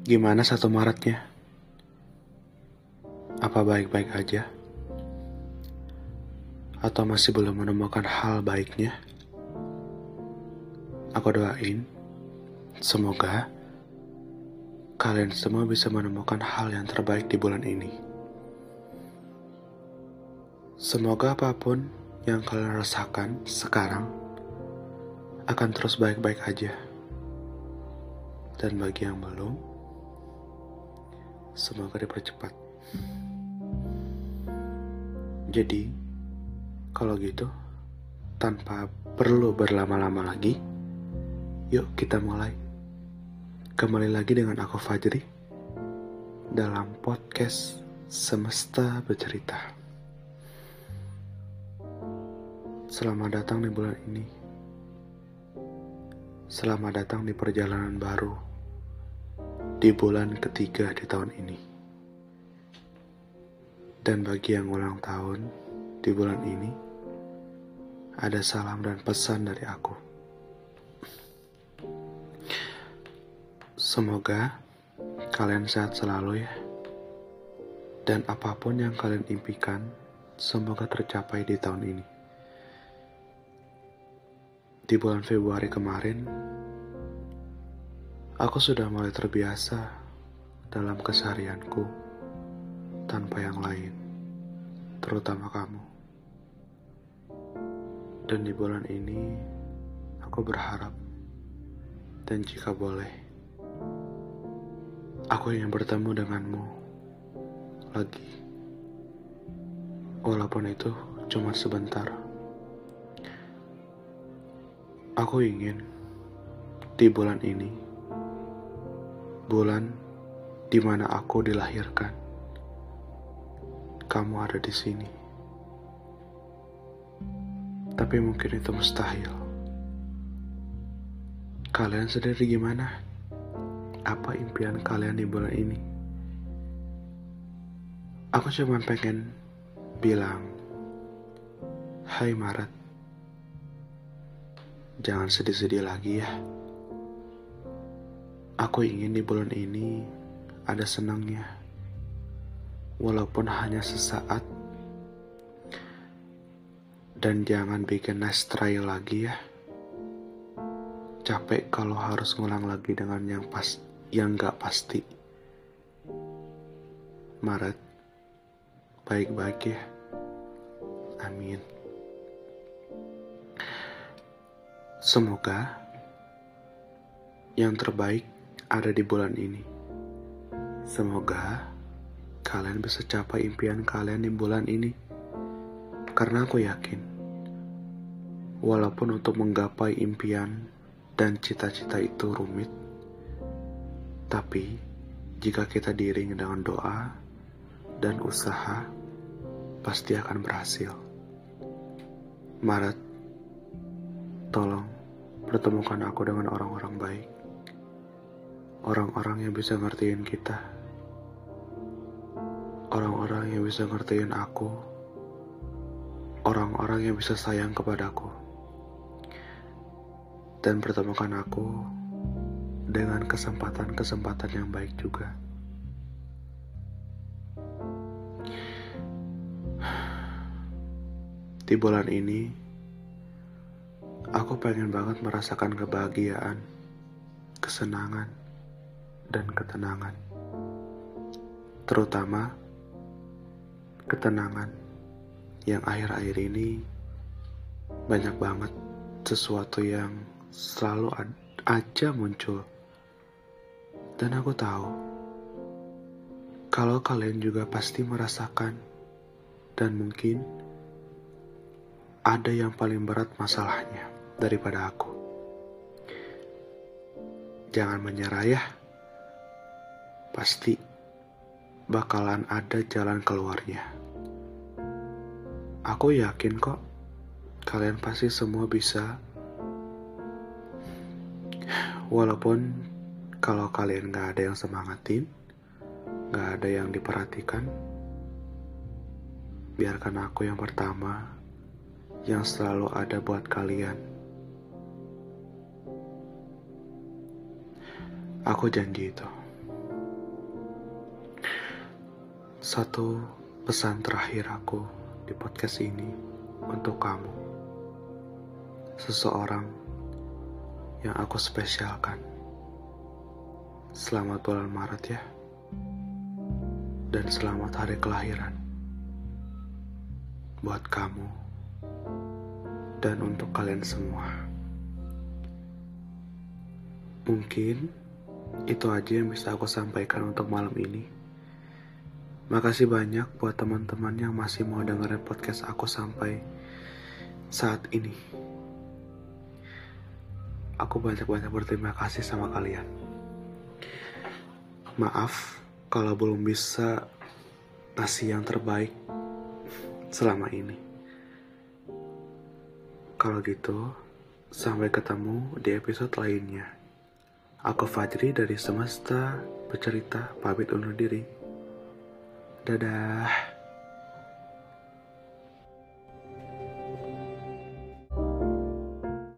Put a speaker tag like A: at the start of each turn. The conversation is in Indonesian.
A: Gimana 1 Maretnya? Apa baik-baik aja? Atau masih belum menemukan hal baiknya? Aku doain, semoga kalian semua bisa menemukan hal yang terbaik di bulan ini. Semoga apapun yang kalian rasakan sekarang akan terus baik-baik aja. Dan bagi yang belum, semoga dipercepat. Jadi, kalau gitu, tanpa perlu berlama-lama lagi, yuk kita mulai. Kembali lagi dengan aku Fajri dalam podcast Semesta Bercerita. Selamat datang di bulan ini. Selamat datang di perjalanan baru di bulan ketiga di tahun ini. Dan bagi yang ulang tahun di bulan ini, ada salam dan pesan dari aku. Semoga kalian sehat selalu ya. Dan apapun yang kalian impikan, semoga tercapai di tahun ini. Di bulan Februari kemarin, aku sudah mulai terbiasa dalam keseharianku tanpa yang lain, terutama kamu. Dan di bulan ini, aku berharap, dan jika boleh, aku ingin bertemu denganmu lagi. Walaupun itu cuma sebentar. Aku ingin di bulan ini, bulan di mana aku dilahirkan, kamu ada di sini. Tapi mungkin itu mustahil. Kalian sendiri gimana? Apa impian kalian di bulan ini? Aku cuma pengen bilang, hai Maret, jangan sedih-sedih lagi ya. Aku ingin di bulan ini ada senangnya, walaupun hanya sesaat. Dan jangan bikin nice try lagi ya. Capek kalau harus ngulang lagi dengan yang gak pasti. Maret, baik-baik ya. Amin. Semoga yang terbaik ada di bulan ini. Semoga kalian bisa capai impian kalian di bulan ini. Karena aku yakin, walaupun untuk menggapai impian dan cita-cita itu rumit, tapi jika kita diiringi dengan doa dan usaha, pasti akan berhasil. Maret, tolong pertemukan aku dengan orang-orang baik. Orang-orang yang bisa ngertiin kita. Orang-orang yang bisa ngertiin aku. Orang-orang yang bisa sayang kepadaku. Dan pertemukan aku dengan kesempatan-kesempatan yang baik juga. Di bulan ini, aku pengen banget merasakan kebahagiaan, kesenangan, dan ketenangan. Terutama ketenangan yang akhir-akhir ini banyak banget sesuatu yang selalu aja muncul. Dan aku tahu kalau kalian juga pasti merasakan, dan mungkin ada yang paling berat masalahnya daripada aku. Jangan menyerah ya. Pasti bakalan ada jalan keluarnya. Aku yakin kok, kalian pasti semua bisa. Walaupun kalau kalian gak ada yang semangatin, gak ada yang diperhatikan, biarkan aku yang pertama, yang selalu ada buat kalian. Aku janji itu. Satu pesan terakhir aku di podcast ini untuk kamu. Seseorang yang aku spesialkan. Selamat bulan Maret ya. Dan selamat hari kelahiran. Buat kamu dan untuk kalian semua. Mungkin itu aja yang bisa aku sampaikan untuk malam ini. Makasih banyak buat teman-teman yang masih mau dengerin podcast aku sampai saat ini. Aku banyak-banyak berterima kasih sama kalian. Maaf kalau belum bisa ngasih yang terbaik selama ini. Kalau gitu, sampai ketemu di episode lainnya. Aku Fajri dari Semesta Bercerita, pamit undur diri. Dadah.